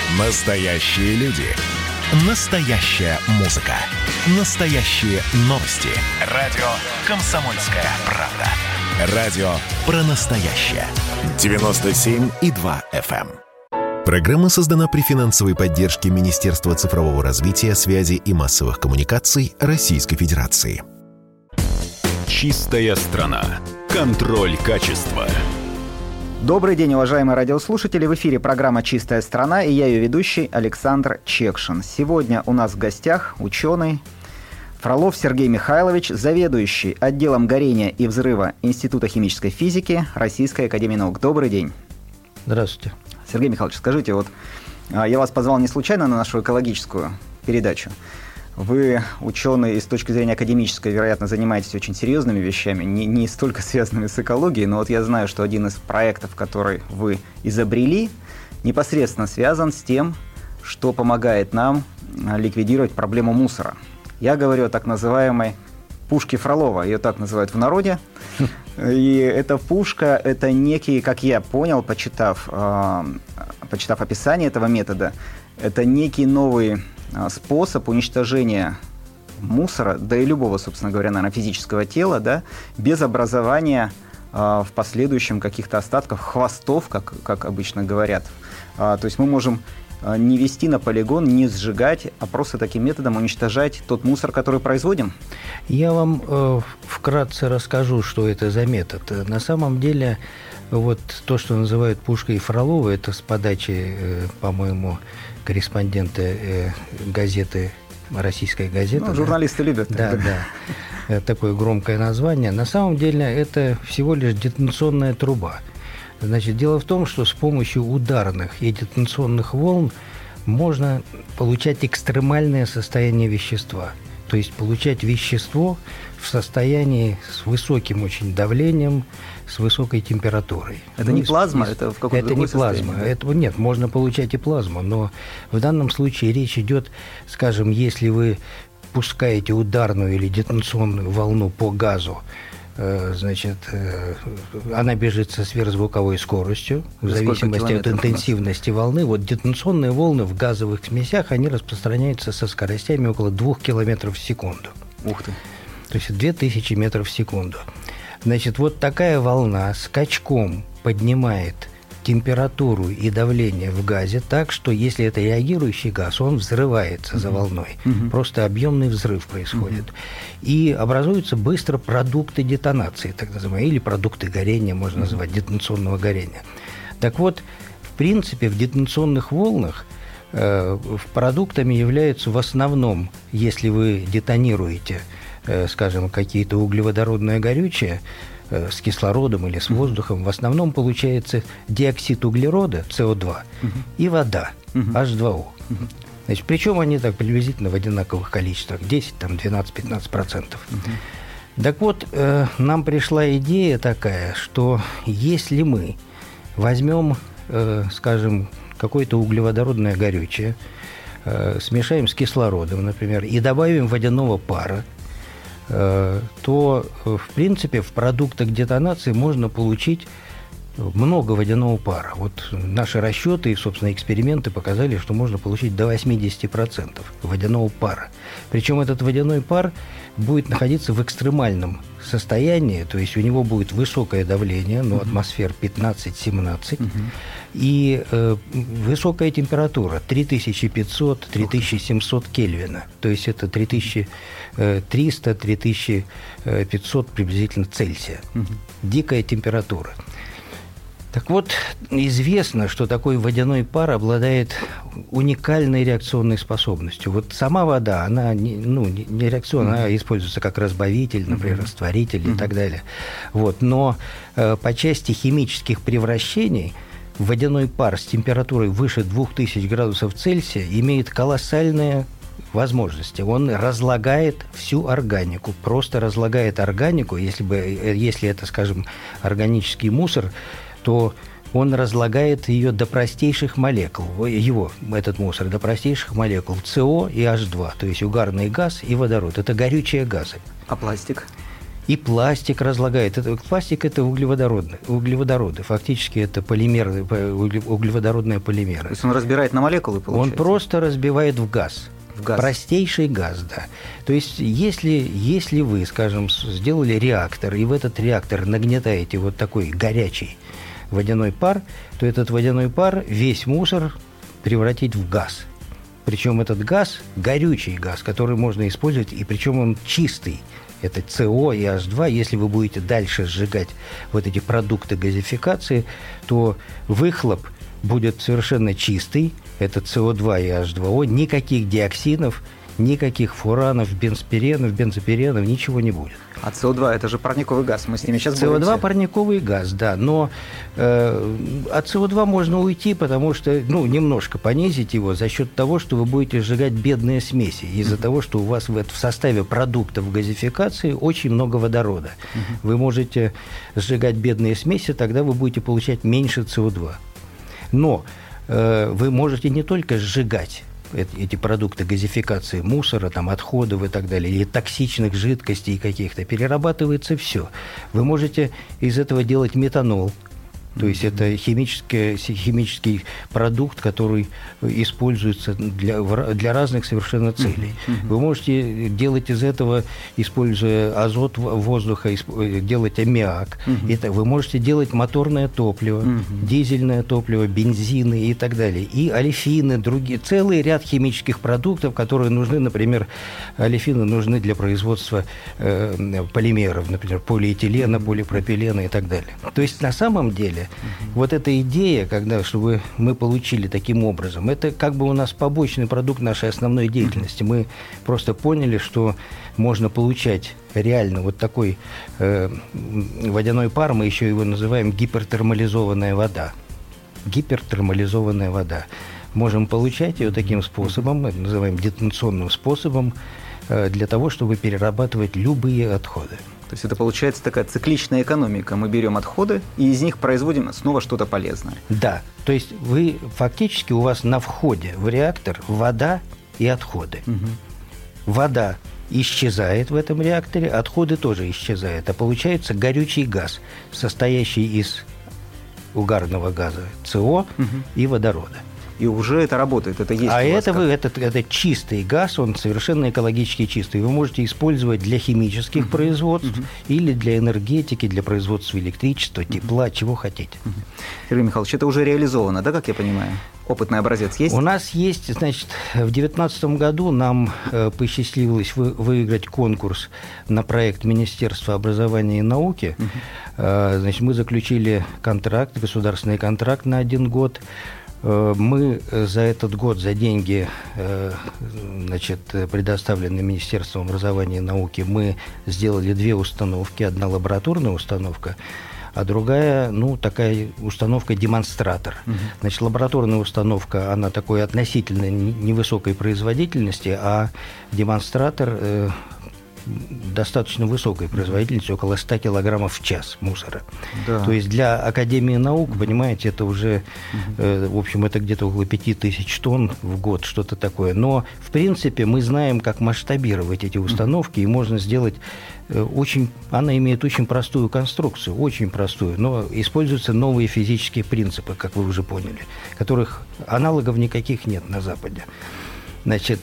Настоящие люди. Настоящая музыка. Настоящие новости. Радио «Комсомольская правда». Радио про настоящее. 97,2 FM. Программа создана при финансовой поддержке Министерства цифрового развития, связи и массовых коммуникаций Российской Федерации. Чистая страна. Контроль качества. Добрый день, уважаемые радиослушатели. В эфире программа «Чистая страна» и я ее ведущий Александр Чекшин. Сегодня у нас в гостях ученый Фролов Сергей Михайлович, заведующий отделом горения и взрыва Института химической физики Российской академии наук. Добрый день. Здравствуйте. Сергей Михайлович, скажите, вот я вас позвал не случайно на нашу экологическую передачу. Вы, ученый, и с точки зрения академической, вероятно, занимаетесь очень серьезными вещами, не столько связанными с экологией, но вот я знаю, что один из проектов, который вы изобрели, непосредственно связан с тем, что помогает нам ликвидировать проблему мусора. Я говорю о так называемой пушке Фролова, ее так называют в народе. И эта пушка, это некий, как я понял, почитав описание этого метода, это некий новый способ уничтожения мусора, да и любого, собственно говоря, наверное, физического тела, да, без образования в последующем каких-то остатков, хвостов, как обычно говорят. То есть мы можем не вести на полигон, не сжигать, а просто таким методом уничтожать тот мусор, который производим? Я вам вкратце расскажу, что это за метод. На самом деле, вот то, что называют пушкой Фролова, это с подачи, по-моему, корреспондента газеты, российской газеты. Ну, журналисты любят. Да. Такое громкое название. На самом деле это всего лишь детонационная труба. Значит, дело в том, что с помощью ударных и детонационных волн можно получать экстремальное состояние вещества. То есть получать вещество в состоянии с высоким очень давлением, с высокой температурой. Это не плазма, это в каком-то другом состоянии? Это не плазма. Нет, можно получать и плазму, но в данном случае речь идет, скажем, если вы пускаете ударную или детонационную волну по газу, значит, она бежит со сверхзвуковой скоростью, в зависимости от интенсивности волны. Вот детонационные волны в газовых смесях, они распространяются со скоростями около 2 км в секунду. Ух ты. То есть 2000 метров в секунду. Значит, вот такая волна скачком поднимает температуру и давление в газе так, что если это реагирующий газ, он взрывается за волной. Просто объемный взрыв происходит. И образуются быстро продукты детонации, так называемые, или продукты горения, можно назвать, детонационного горения. Так вот, в принципе, в детонационных волнах продуктами являются в основном, если вы детонируете, скажем, какие-то углеводородное горючее, с кислородом или с воздухом, в основном получается диоксид углерода, СО2, и вода, H2O. Значит, причем они так приблизительно в одинаковых количествах, 10, там, 12-15%. Так вот, нам пришла идея такая, что если мы возьмем, скажем, какое-то углеводородное горючее, смешаем с кислородом, например, и добавим водяного пара, то, в принципе, в продуктах детонации можно получить много водяного пара. Вот наши расчеты и, собственно, эксперименты показали, что можно получить до 80% водяного пара. Причем этот водяной пар будет находиться в экстремальном состоянии, то есть у него будет высокое давление, атмосфер 15-17, и высокая температура 3500-3700 Кельвина, то есть это 3300-3500 приблизительно Цельсия. Дикая температура. Так вот, известно, что такой водяной пар обладает уникальной реакционной способностью. Вот сама вода, она не реакционная, она используется как разбавитель, например, растворитель и так далее. Вот. Но по части химических превращений водяной пар с температурой выше 2000 градусов Цельсия имеет колоссальные возможности. Он разлагает всю органику, просто разлагает органику. Если это, скажем, органический мусор, то он разлагает ее до простейших молекул, этот мусор, до простейших молекул СО и H2, то есть угарный газ и водород. Это горючие газы. А пластик? И пластик разлагает. Пластик – это углеводороды. Фактически это полимеры, углеводородные полимеры. То есть он разбирает на молекулы, получается? Он просто разбивает в газ. Газ. Простейший газ, да. То есть, если вы, скажем, сделали реактор, и в этот реактор нагнетаете вот такой горячий водяной пар, то этот водяной пар весь мусор превратить в газ. Причем этот газ – горючий газ, который можно использовать, и причем он чистый. Это СО и H2. Если вы будете дальше сжигать вот эти продукты газификации, то выхлоп будет совершенно чистый. Это СО2 и H2O. Никаких диоксинов, никаких фуранов, бензопиренов, ничего не будет. А СО2 – это же парниковый газ. Мы с ними сейчас СО2 боремся. парниковый газ, да. Но от СО2 можно уйти, потому что, немножко понизить его за счет того, что вы будете сжигать бедные смеси. Из-за того, что у вас в составе продуктов газификации очень много водорода. Вы можете сжигать бедные смеси, тогда вы будете получать меньше СО2. Но вы можете не только сжигать эти продукты газификации мусора, там, отходов и так далее, или токсичных жидкостей каких-то, перерабатывается все. Вы можете из этого делать метанол. То есть это химический продукт, который используется для разных совершенно целей. Вы можете делать из этого, используя азот воздуха, делать аммиак. Вы можете делать моторное топливо, дизельное топливо, бензины и так далее. И олефины, другие, целый ряд химических продуктов, которые нужны, например, олефины нужны для производства полимеров, например, полиэтилена, полипропилена и так далее. То есть на самом деле вот эта идея, чтобы мы получили таким образом, это как бы у нас побочный продукт нашей основной деятельности. Мы просто поняли, что можно получать реально вот такой водяной пар, мы еще его называем гипертермализованная вода. Гипертермализованная вода. Можем получать ее таким способом, мы называем детонационным способом, для того, чтобы перерабатывать любые отходы. То есть это получается такая цикличная экономика. Мы берем отходы и из них производим снова что-то полезное. Да, то есть вы фактически у вас на входе в реактор вода и отходы. Вода исчезает в этом реакторе, отходы тоже исчезают, а получается горючий газ, состоящий из угарного газа СО и водорода. И уже это работает, это есть. А это чистый газ, он совершенно экологически чистый. Вы можете использовать для химических производств или для энергетики, для производства электричества, тепла, чего хотите. Сергей Михайлович, это уже реализовано, да, как я понимаю? Опытный образец есть? У нас есть, значит, в 2019 году нам посчастливилось выиграть конкурс на проект Министерства образования и науки. Значит, мы заключили контракт, государственный контракт на 1 год. Мы за этот год, за деньги, значит, предоставленные Министерством образования и науки, мы сделали 2 установки. Одна лабораторная установка, а другая, такая установка-демонстратор. Значит, лабораторная установка, она такой относительно невысокой производительности, а демонстратор достаточно высокой производительности, около 100 килограммов в час мусора. Да. То есть для Академии наук, понимаете, это уже, в общем, это где-то около 5000 тонн в год, что-то такое. Но, в принципе, мы знаем, как масштабировать эти установки, и можно сделать она имеет очень простую конструкцию, очень простую, но используются новые физические принципы, как вы уже поняли, которых аналогов никаких нет на Западе. Значит,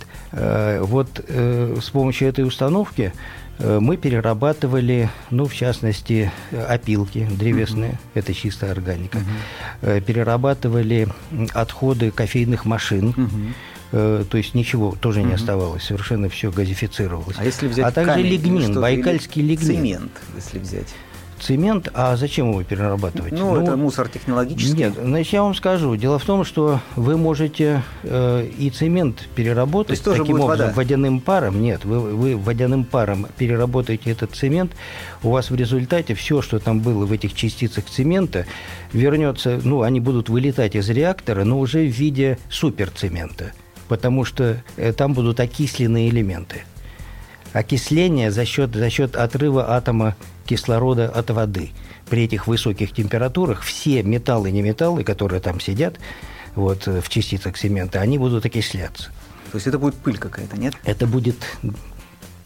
с помощью этой установки мы перерабатывали, в частности, опилки древесные, это чистая органика, перерабатывали отходы кофейных машин, то есть ничего тоже не оставалось, совершенно все газифицировалось. А если взять также камень, лигнин, байкальский лигнин. Цемент, если взять. Цемент, а зачем его перерабатывать? Это мусор технологический. Нет, значит, я вам скажу. Дело в том, что вы можете и цемент переработать таким образом водяным паром. Нет, вы водяным паром переработаете этот цемент, у вас в результате все, что там было в этих частицах цемента, вернется, они будут вылетать из реактора, но уже в виде суперцемента, потому что там будут окисленные элементы. Окисление за счет отрыва атома кислорода от воды. При этих высоких температурах все металлы и неметаллы, которые там сидят в частицах цемента, они будут окисляться. То есть это будет пыль какая-то, нет? Это будет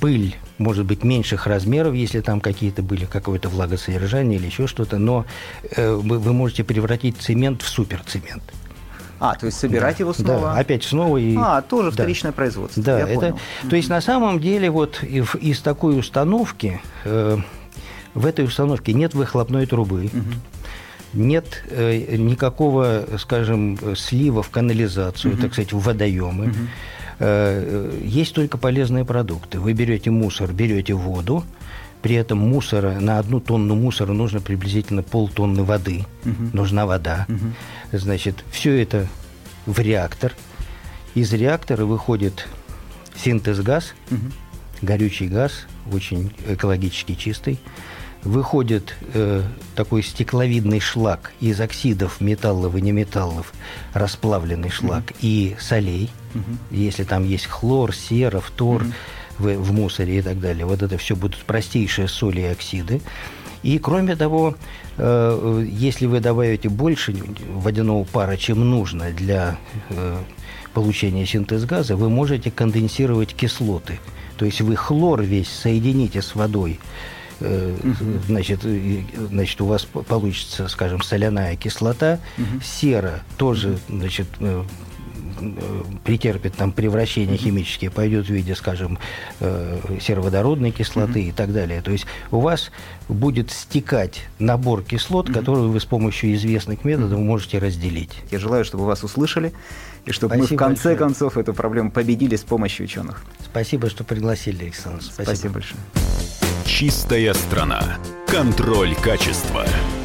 пыль может быть меньших размеров, если там какое-то влагосодержание или еще что-то, но вы можете превратить цемент в суперцемент. То есть собирать его снова? Да, опять снова. Тоже вторичное производство. Да, понял. То есть на самом деле вот из такой установки, в этой установке нет выхлопной трубы, нет никакого, скажем, слива в канализацию, так сказать, в водоемы. Есть только полезные продукты. Вы берете мусор, берете воду, при этом на 1 тонну мусора нужно приблизительно полтонны воды. Нужна вода. Значит, все это в реактор. Из реактора выходит синтез-газ, горючий газ, очень экологически чистый. Выходит такой стекловидный шлак из оксидов металлов и неметаллов, расплавленный шлак, и солей, если там есть хлор, сера, фтор в мусоре и так далее. Вот это все будут простейшие соли и оксиды. И кроме того, если вы добавите больше водяного пара, чем нужно для получения синтез-газа, вы можете конденсировать кислоты. То есть вы хлор весь соедините с водой. Значит, у вас получится, скажем, соляная кислота, сера тоже, значит, претерпит там превращения химические, пойдет в виде, скажем, сероводородной кислоты и так далее. То есть у вас будет стекать набор кислот, которые вы с помощью известных методов можете разделить. Я желаю, чтобы вас услышали, и чтобы мы в конце концов эту проблему победили с помощью ученых. Спасибо, что пригласили, Александр. Спасибо большое. Чистая страна. Контроль качества.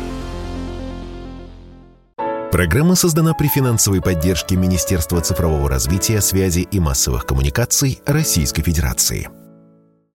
Программа создана при финансовой поддержке Министерства цифрового развития, связи и массовых коммуникаций Российской Федерации.